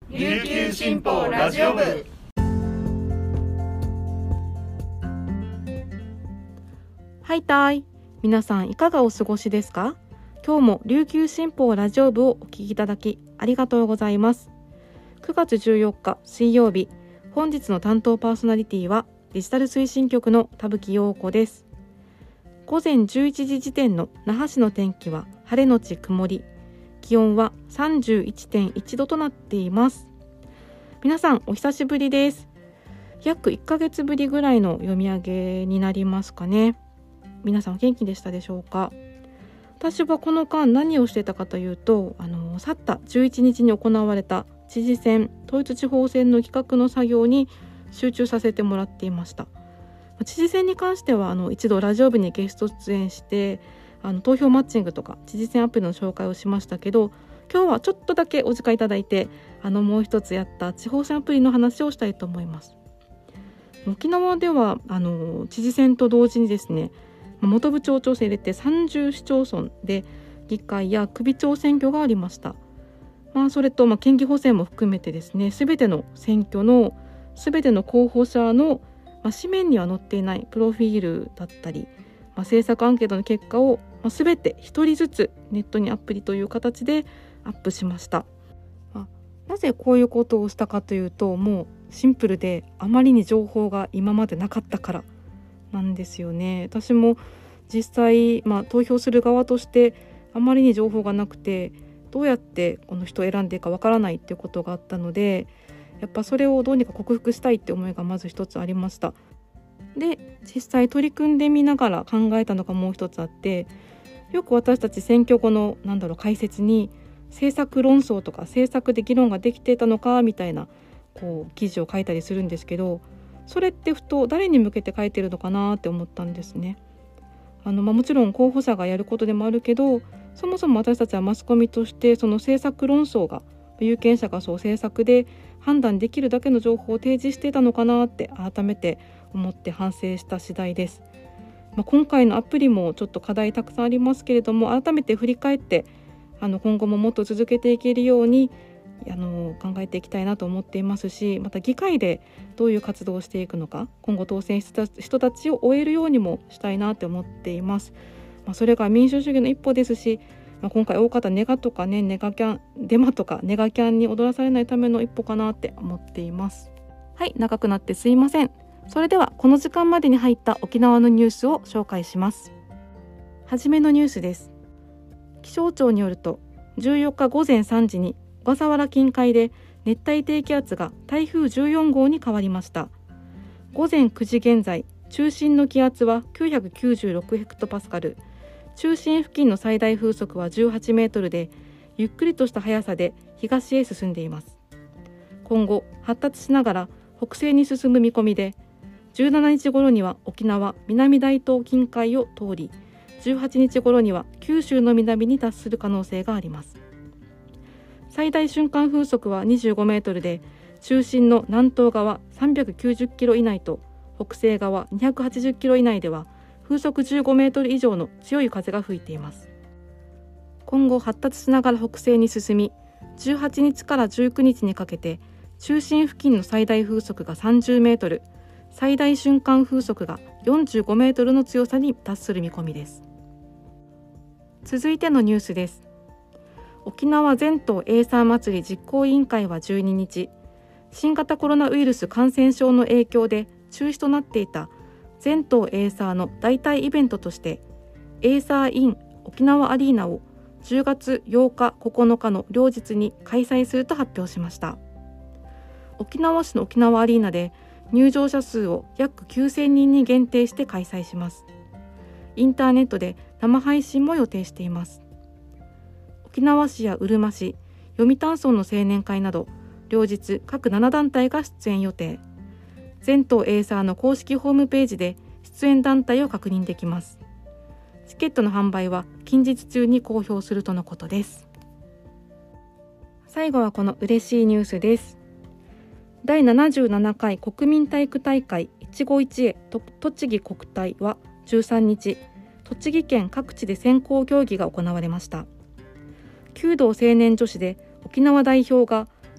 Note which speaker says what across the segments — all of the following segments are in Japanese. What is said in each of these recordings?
Speaker 1: 琉球新報ラジオ部。
Speaker 2: はいたい、皆さんいかがお過ごしですか？今日も琉球新報ラジオ部をお聞きいただきありがとうございます。9月14日水曜日、本日の担当パーソナリティはデジタル推進局の田吹陽子です。午前11時時点の那覇市の天気は晴れのち曇り、気温は 31.1 度となっています。皆さんお久しぶりです。約1ヶ月ぶりぐらいの読み上げになりますかね。皆さん元気でしたでしょうか？私はこの間何をしてたかというと、去った11日に行われた知事選、統一地方選の企画の作業に集中させてもらっていました。知事選に関しては一度ラジオ部にゲスト出演して投票マッチングとか知事選アプリの紹介をしましたけど、今日はちょっとだけお時間いただいてもう一つやった地方選アプリの話をしたいと思います。沖縄では知事選と同時にですね、本部町長選入れて30市町村で議会や首長選挙がありました。それと県議補選も含めてですね、すべての選挙のすべての候補者の紙面には載っていないプロフィールだったり、政策アンケートの結果をすべて一人ずつネットにアプリという形でアップしました。なぜこういうことをしたかというと、もうシンプルであまりに情報が今までなかったからなんですよね。私も実際、投票する側としてあまりに情報がなくて、どうやってこの人を選んでいいかわからないっていうことがあったので、やっぱそれをどうにか克服したいって思いがまず一つありました。で、実際取り組んでみながら考えたのがもう一つあって、よく私たち選挙後の解説に政策論争とか政策で議論ができていたのかみたいな記事を書いたりするんですけど、それってふと誰に向けて書いてるのかなって思ったんですね。もちろん候補者がやることでもあるけど、そもそも私たちはマスコミとしてその政策論争が有権者が政策で判断できるだけの情報を提示していたのかなって改めて思って反省した次第です。今回のアプリもちょっと課題たくさんありますけれども、改めて振り返って今後ももっと続けていけるように考えていきたいなと思っていますし、また議会でどういう活動をしていくのか、今後当選した人たちを追えるようにもしたいなと思っています。それが民主主義の一歩ですし、今回大方ネガとかね、ネガキャンデマとかネガキャンに踊らされないための一歩かなって思っています。はい、長くなってすいません。それではこの時間までに入った沖縄のニュースを紹介します。はじめのニュースです。気象庁によると14日午前3時に小笠原近海で熱帯低気圧が台風14号に変わりました。午前9時現在、中心の気圧は996ヘクトパスカル、中心付近の最大風速は18メートルで、ゆっくりとした速さで東へ進んでいます。今後発達しながら北西に進む見込みで、17日頃には沖縄南大東近海を通り、18日頃には九州の南に達する可能性があります。最大瞬間風速は25メートルで、中心の南東側390キロ以内と北西側280キロ以内では風速15メートル以上の強い風が吹いています。今後発達しながら北西に進み、18日から19日にかけて中心付近の最大風速が30メートル、最大瞬間風速が45メートルの強さに達する見込みです。続いてのニュースです。沖縄全島エイサー祭り実行委員会は12日、新型コロナウイルス感染症の影響で中止となっていた全島エイサーの代替イベントとしてエイサーイン沖縄アリーナを10月8日9日の両日に開催すると発表しました。沖縄市の沖縄アリーナで入場者数を約9000人に限定して開催します。インターネットで生配信も予定しています。沖縄市やうるま市、読谷村の青年会など両日各7団体が出演予定。全島エイサーの公式ホームページで出演団体を確認できます。チケットの販売は近日中に公表するとのことです。最後はこの嬉しいニュースです。第77回国民体育大会一期一会栃木国体は13日、栃木県各地で選考競技が行われました。弓道青年女子で沖縄代表が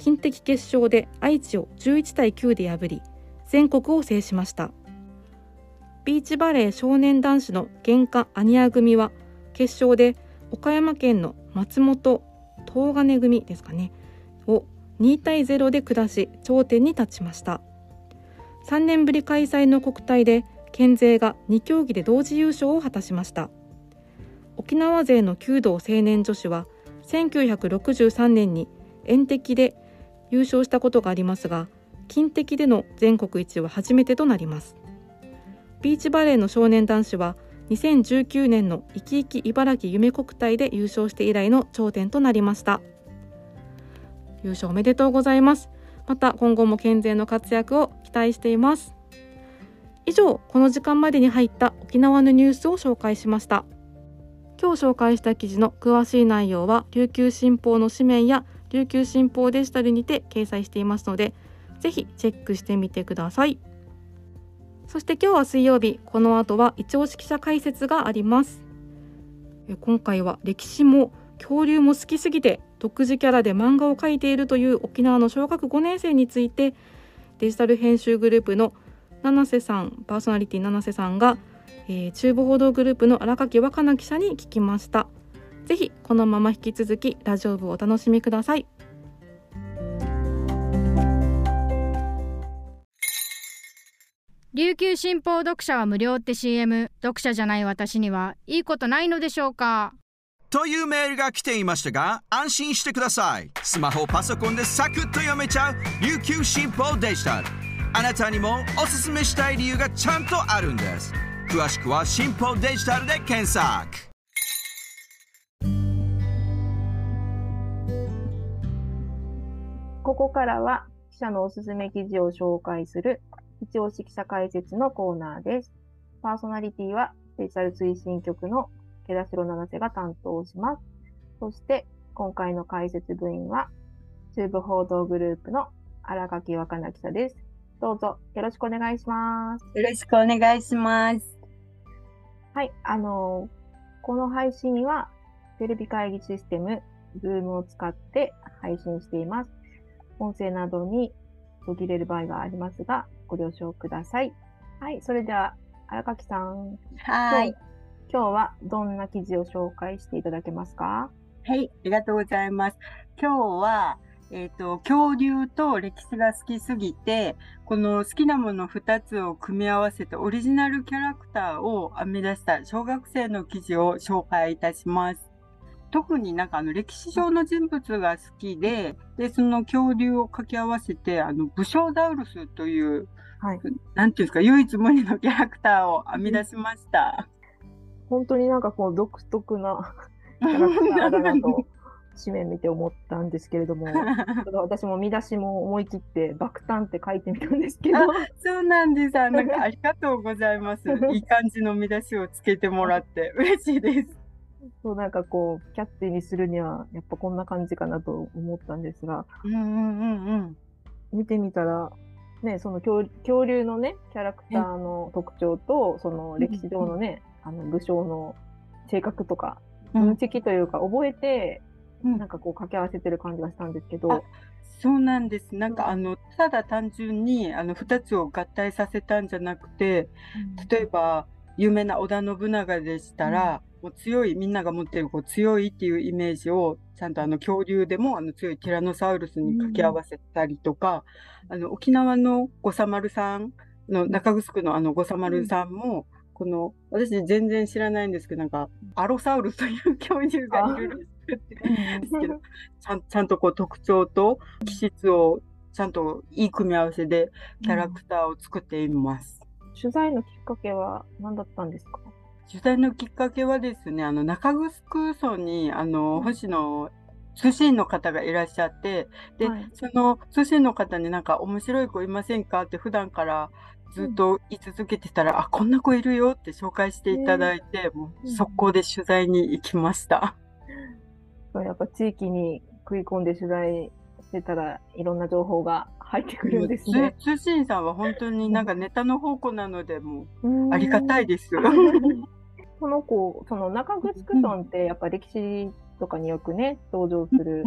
Speaker 2: 近鉄決勝で愛知を11対9で破り全国を制しました。ビーチバレー少年男子の原価アニア組は決勝で岡山県の松本東金組ですかねを2対0で下し頂点に立ちました。3年ぶり開催の国体で県勢が2競技で同時優勝を果たしました。沖縄勢の弓道青年女子は1963年に遠敵で優勝したことがありますが、近敵での全国一は初めてとなります。ビーチバレーの少年男子は2019年のいきいき茨城夢国体で優勝して以来の頂点となりました。優勝おめでとうございます。また今後も県勢の活躍を期待しています。以上、この時間までに入った沖縄のニュースを紹介しました。今日紹介した記事の詳しい内容は琉球新報の紙面や琉球新報デジタルにて掲載していますので、ぜひチェックしてみてください。そして今日は水曜日、この後は一押し記者解説があります。今回は歴史も恐竜も好きすぎて独自キャラで漫画を描いているという沖縄の小学5年生について、デジタル編集グループの七瀬さん、パーソナリティ七瀬さんが、中部報道グループの荒垣若菜記者に聞きました。ぜひこのまま引き続きラジオ部をお楽しみください。
Speaker 3: 琉球新報読者は無料って CM、 読者じゃない私にはいいことないのでしょうか
Speaker 4: というメールが来ていましたが、安心してください。スマホパソコンでサクッと読めちゃう琉球新報デジタル。あなたにもおすすめしたい理由がちゃんとあるんです。詳しくは新報デジタルで検索。
Speaker 5: ここからは記者のおすすめ記事を紹介する一押し記者解説のコーナーです。パーソナリティはデジタル推進局の毛田代七瀬が担当します。そして今回の解説部員は中部報道グループの荒垣若菜記者です。どうぞよろしくお願いします。
Speaker 6: よろしくお願いします。
Speaker 5: はい、この配信はテレビ会議システム Zoom を使って配信しています。音声などに途切れる場合がありますが、ご了承ください。はい、それでは荒垣さん、
Speaker 6: はい。
Speaker 5: 今日はどんな記事を紹介していただけますか？
Speaker 6: はい、ありがとうございます。今日は、恐竜と歴史が好きすぎて、この好きなもの2つを組み合わせてオリジナルキャラクターを編み出した小学生の記事を紹介いたします。特に歴史上の人物が好きで、その恐竜を掛け合わせて、武将ザウルスという、
Speaker 5: はい、
Speaker 6: なんていうんですか、唯一無二のキャラクターを編み出しました。
Speaker 5: 本当に独特なキャラクターだなと紙面見て思ったんですけれども、私も見出しも思い切って爆誕って書いてみたんですけど。
Speaker 6: そうなんです。ありがとうございます。いい感じの見出しをつけてもらって嬉しいです。
Speaker 5: そうキャッチーにするにはやっぱこんな感じかなと思ったんですが、見てみたらね、その恐竜のねキャラクターの特徴と、その歴史上のね、武将の性格とか分析というか覚えて、掛け合わせてる感じがしたんですけど。
Speaker 6: そうなんです。ただ単純に2つを合体させたんじゃなくて、例えば有名な織田信長でしたら、もう強い、みんなが持っている強いっていうイメージをちゃんと恐竜でも強いティラノサウルスに掛け合わせたりとか、沖縄の五サマルさんの中城の五サマルさんも、私全然知らないんですけど、アロサウルスという恐竜がいるらしくてですけど、ちゃんと特徴と気質をちゃんといい組み合わせでキャラクターを作っています。
Speaker 5: 取材のきっかけは何だったんですか？
Speaker 6: 取材のきっかけはですね、中城村に星の通信の方がいらっしゃって、で、その通信の方に面白い子いませんかって普段からずっと言い続けてたら、こんな子いるよって紹介していただいて、もう速攻で取材に行きました。
Speaker 5: やっぱ地域に食い込んで取材してたらいろんな情報が入ってくるんですね。
Speaker 6: 通信さんは本当にネタの宝庫なので、もうありがたいですよ。
Speaker 5: この子、その中城村ってやっぱ歴史とかによくね登場する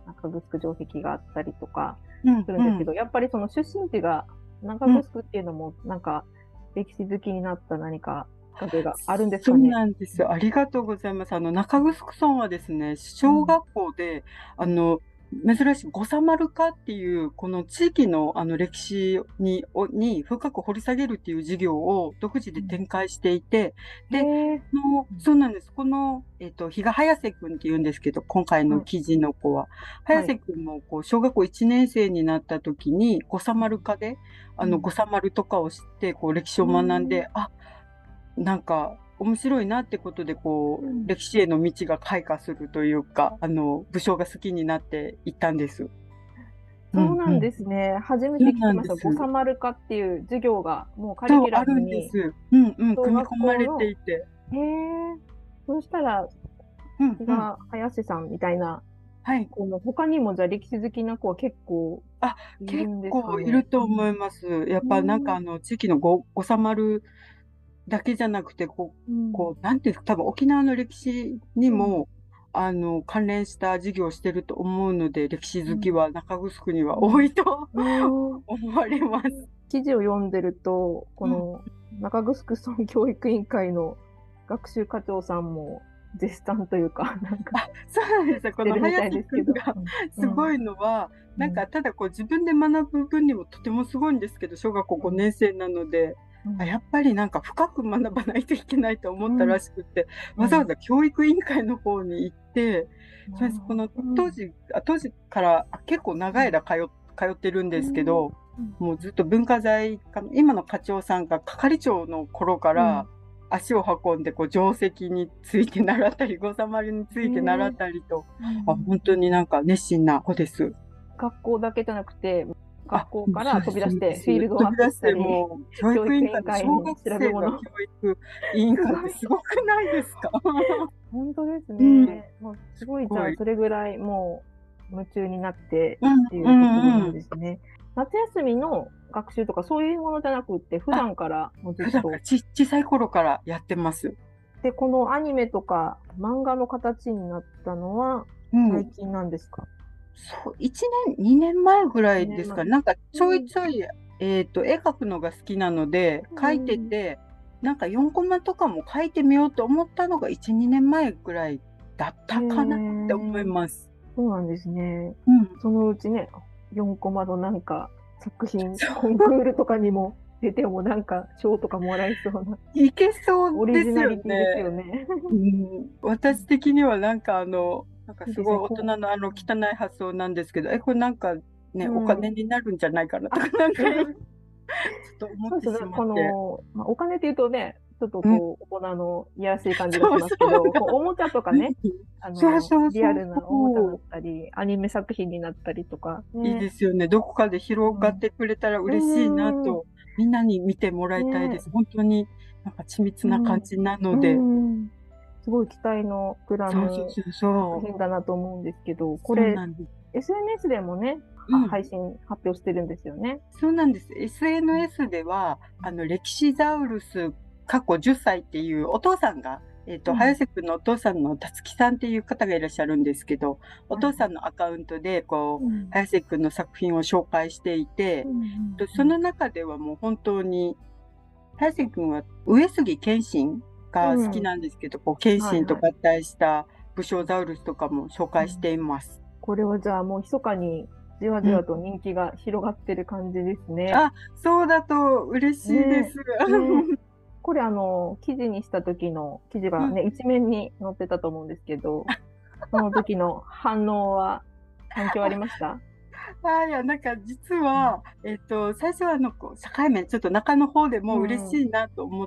Speaker 5: 中城城壁があったりとか
Speaker 6: うん
Speaker 5: するんですけど、やっぱりその出身地が中城っていうのもなんか歴史好きになった何かきっかけがあるんですかね。
Speaker 6: そうなんですよ。ありがとうございます。中城村はですね、小学校で、珍しい五差丸科っていう、この地域の歴史に深く掘り下げるっていう授業を独自で展開していて、で、そうなんです。この、比嘉早瀬くんって言うんですけど、今回の記事の子は、早瀬くんも小学校1年生になった時に、五差丸科で、五差丸とかを知って、歴史を学んで、なんか面白いなってことで歴史への道が開花するというか、武将が好きになっていったんです。
Speaker 5: そうなんですね。初めて聞きました。五差丸科っていう授業がもうカリキュラムに
Speaker 6: 組み込まれていて。
Speaker 5: そうしたら、比嘉早瀬さんみたいな、他にもじゃあ歴史好きな子は結構いるんですかね。
Speaker 6: 結構いると思います。やっぱなんか地域の五差丸だけじゃなくて、なんていうか、多分沖縄の歴史にも、関連した授業をしてると思うので、歴史好きは中城には多いと思われます。
Speaker 5: 記事を読んでると、この中城村教育委員会の学習課長さんも絶賛というか、なんか
Speaker 6: そうなんですよ。この早瀬君がすごいのは、なんかただ自分で学ぶ分にもとてもすごいんですけど、小学校5年生なので、やっぱりなんか深く学ばないといけないと思ったらしくて、わざわざ教育委員会の方に行って、この当時から結構長い間通ってるんですけど、もうずっと文化財課の今の課長さんが係長の頃から足を運んで定石について習ったり、五差丸について習ったりと、本当になんか熱心な子です。
Speaker 5: 学校だけじゃなくて、学校から飛び出してフィールドワークしたり、
Speaker 6: 教育委員会の小学生の教育委員会ってすごくないですか？
Speaker 5: 本当ですね。もうすごい、じゃあそれぐらいもう夢中になってっていうところなんですね。夏休みの学習とかそういうものじゃなくて、普段からもうずっと
Speaker 6: 小さい頃からやってます。
Speaker 5: で、このアニメとか漫画の形になったのは最近なんですか？
Speaker 6: そう、1年、2年前ぐらいですかね。なんかちょいちょい、絵描くのが好きなので、描いてて、なんか4コマとかも描いてみようと思ったのが1、2年前ぐらいだったかなって思います。
Speaker 5: そうなんですね。そのうちね、4コマのなんか作品、コンクールとかにも出てもなんか賞とかもらえそうな。
Speaker 6: いけそう
Speaker 5: オリ
Speaker 6: ですよ
Speaker 5: ジナリティですよ
Speaker 6: ね。
Speaker 5: ね。
Speaker 6: 私的にはなんかすごい大人の汚い発想なんですけど、これなんかね、お金になるんじゃないかなとか、なんかちょっと思ってしまって。
Speaker 5: お金っていうとね、ちょっと大人のいやらしい感じがしますけど、おもちゃとかね、リアルなおもちゃだったり、アニメ作品になったりとか。
Speaker 6: いいですよね。どこかで広がってくれたら嬉しいなと、みんなに見てもらいたいです。本当になんか緻密な感じなので。
Speaker 5: すごい期待の膨らむ作品だなと思うんですけど、これ、SNS でもね、配信発表してるんですよね。
Speaker 6: そうなんです。SNS では、歴史ザウルス、過去10歳っていうお父さんが、早瀬くんのお父さんのたつきさんっていう方がいらっしゃるんですけど、お父さんのアカウントで、早瀬くんの作品を紹介していて、その中ではもう本当に、早瀬くんは上杉謙信が好きなんですけど、謙信と合体した武将ザウルスとかも紹介しています。
Speaker 5: これはじゃあもう密かにじわじわと人気が広がってる感じですね。
Speaker 6: そうだと嬉しいです。
Speaker 5: これ記事にした時の記事がね、一面に載ってたと思うんですけど、その時の反響ありました？
Speaker 6: いや、なんか実は、最初は社会面、ちょっと中の方でも嬉しいなと思って、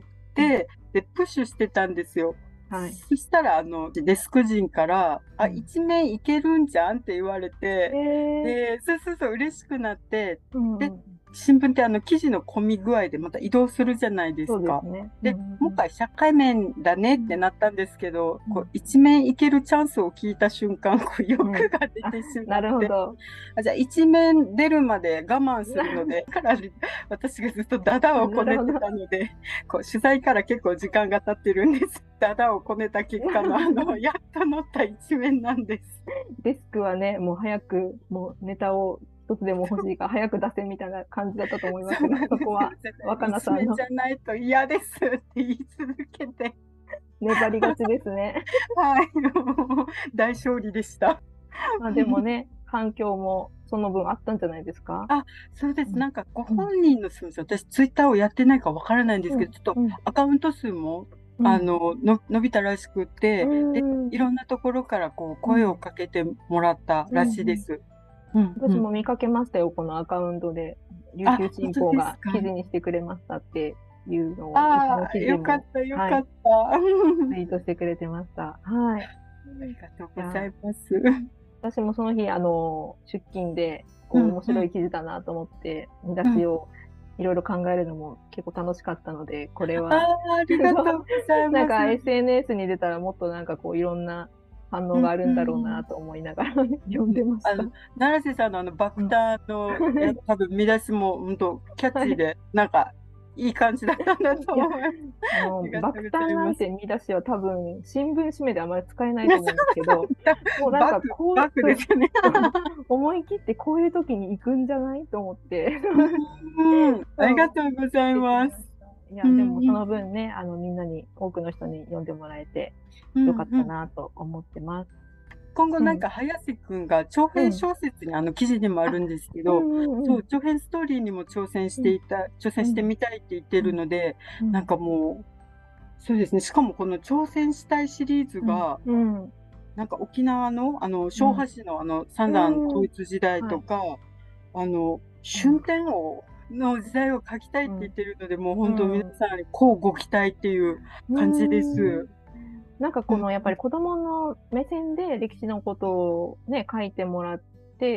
Speaker 6: で、プッシュしてたんですよ。そしたら、デスク陣から、一面いけるんじゃんって言われて、で、そう、嬉しくなって、で、 新聞って記事の混み具合でまた移動するじゃないです
Speaker 5: そうで
Speaker 6: か。
Speaker 5: すね。
Speaker 6: で、今回社会面だねってなったんですけど、
Speaker 5: うん
Speaker 6: こう一面行けるチャンスを聞いた瞬間、こう欲が出てしまって、
Speaker 5: なるほど。
Speaker 6: じゃあ一面出るまで我慢するので、から私がずっとダダをこねてたので、こう取材から結構時間が経ってるんです。ダダをこねた結果のやっと乗った一面なんです。
Speaker 5: デスクはね、もう早く、もうネタを一つでも欲しいから早く出せみたいな感じだったと思いますが、そこは若菜さんの
Speaker 6: 一面じゃないと嫌ですって言い続けて、
Speaker 5: 粘りがちですね。
Speaker 6: はい、もう大勝利でした。
Speaker 5: まあでもね、反響もその分あったんじゃないですか。
Speaker 6: あ、そうです。
Speaker 5: うん
Speaker 6: なんかご本人の私ツイッターをやってないかわからないんですけど、ちょっと
Speaker 5: うん
Speaker 6: アカウント数も伸びたらしくて、でいろんなところからこう声をかけてもらったらしいです。
Speaker 5: 私も見かけましたよ、このアカウントで。琉球新報が記事にしてくれましたっていうのを、
Speaker 6: ああ、よかった、よかった。
Speaker 5: ツイートしてくれてました。はい。
Speaker 6: ありがとうございます。
Speaker 5: 私もその日、出勤で、面白い記事だなと思って、見出しをいろいろ考えるのも結構楽しかったので、これは。
Speaker 6: ありがとうございます。
Speaker 5: なんか SNS に出たらもっとなんかこういろんな反応があるんだろうなと思いながら読んでました。
Speaker 6: 奈良瀬さんの爆弾の多分見出しも本当キャッチーで、なんかいい感じだったんだと思います。
Speaker 5: 爆弾なんて見出しは多分新聞紙面であまり使えないと思うんですけど、もうなんかこう
Speaker 6: いうですね。
Speaker 5: 思い切ってこういう時に行くんじゃないと思って。
Speaker 6: ありがとうございます。
Speaker 5: いや、でもその分ね、みんなに、多くの人に読んでもらえてよかったなと思ってます。
Speaker 6: 今後なんか早瀬くんが長編小説に記事にもあるんですけど、そう長編ストーリーにも挑戦してみたいって言ってるので、なんかもうそうですね。しかもこの挑戦したいシリーズが、なんか沖縄の昭和市の三段統一時代とか、春天王の時代を書きたいって言ってるので、もう本当皆さんこうご期待っていう感じです。
Speaker 5: なんかやっぱり子供の目線で歴史のことをね、書いてもらって、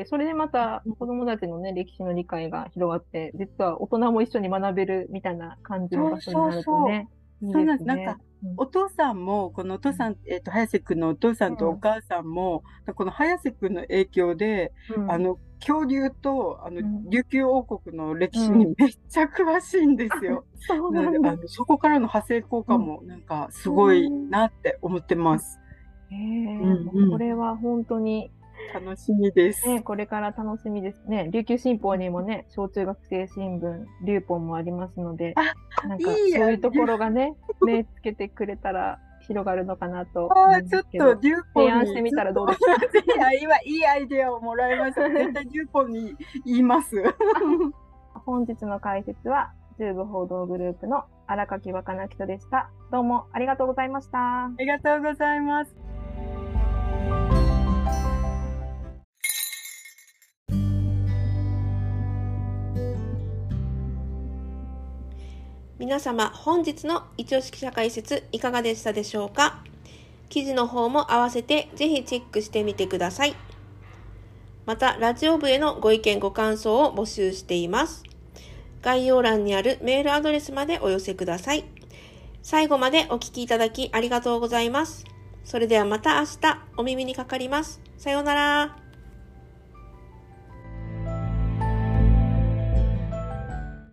Speaker 5: それでまた子供たちのね、歴史の理解が広がって、実は大人も一緒に学べるみたいな感じの場所になるとね。
Speaker 6: そうなんです。なんか、お父さんも、このお父さん、早瀬くんのお父さんとお母さんも、この早瀬くんの影響で、恐竜と、琉球王国の歴史にめっちゃ詳しいんですよ。そこからの派生効果も、なんか、すごいなって思ってます。
Speaker 5: これは本当に、
Speaker 6: 楽しみです。
Speaker 5: ね、これから楽しみですね。琉球新報にもね、小中学生新聞、琉報もありますので、なんかそういうところがね、目つけてくれたら広がるのかなと思うんですけど。
Speaker 6: ちょっと琉報に
Speaker 5: 提案してみたらどうですか？
Speaker 6: 今いいアイデアをもらいました。絶対琉報に言います。
Speaker 5: 本日の解説は、中部報道グループの荒垣若菜記者でした。どうもありがとうございました。
Speaker 6: ありがとうございます。
Speaker 2: 皆様、本日の一押し記者解説いかがでしたでしょうか？記事の方も合わせてぜひチェックしてみてください。また、ラジオ部へのご意見ご感想を募集しています。概要欄にあるメールアドレスまでお寄せください。最後までお聞きいただきありがとうございます。それではまた明日お耳にかかります。さようなら。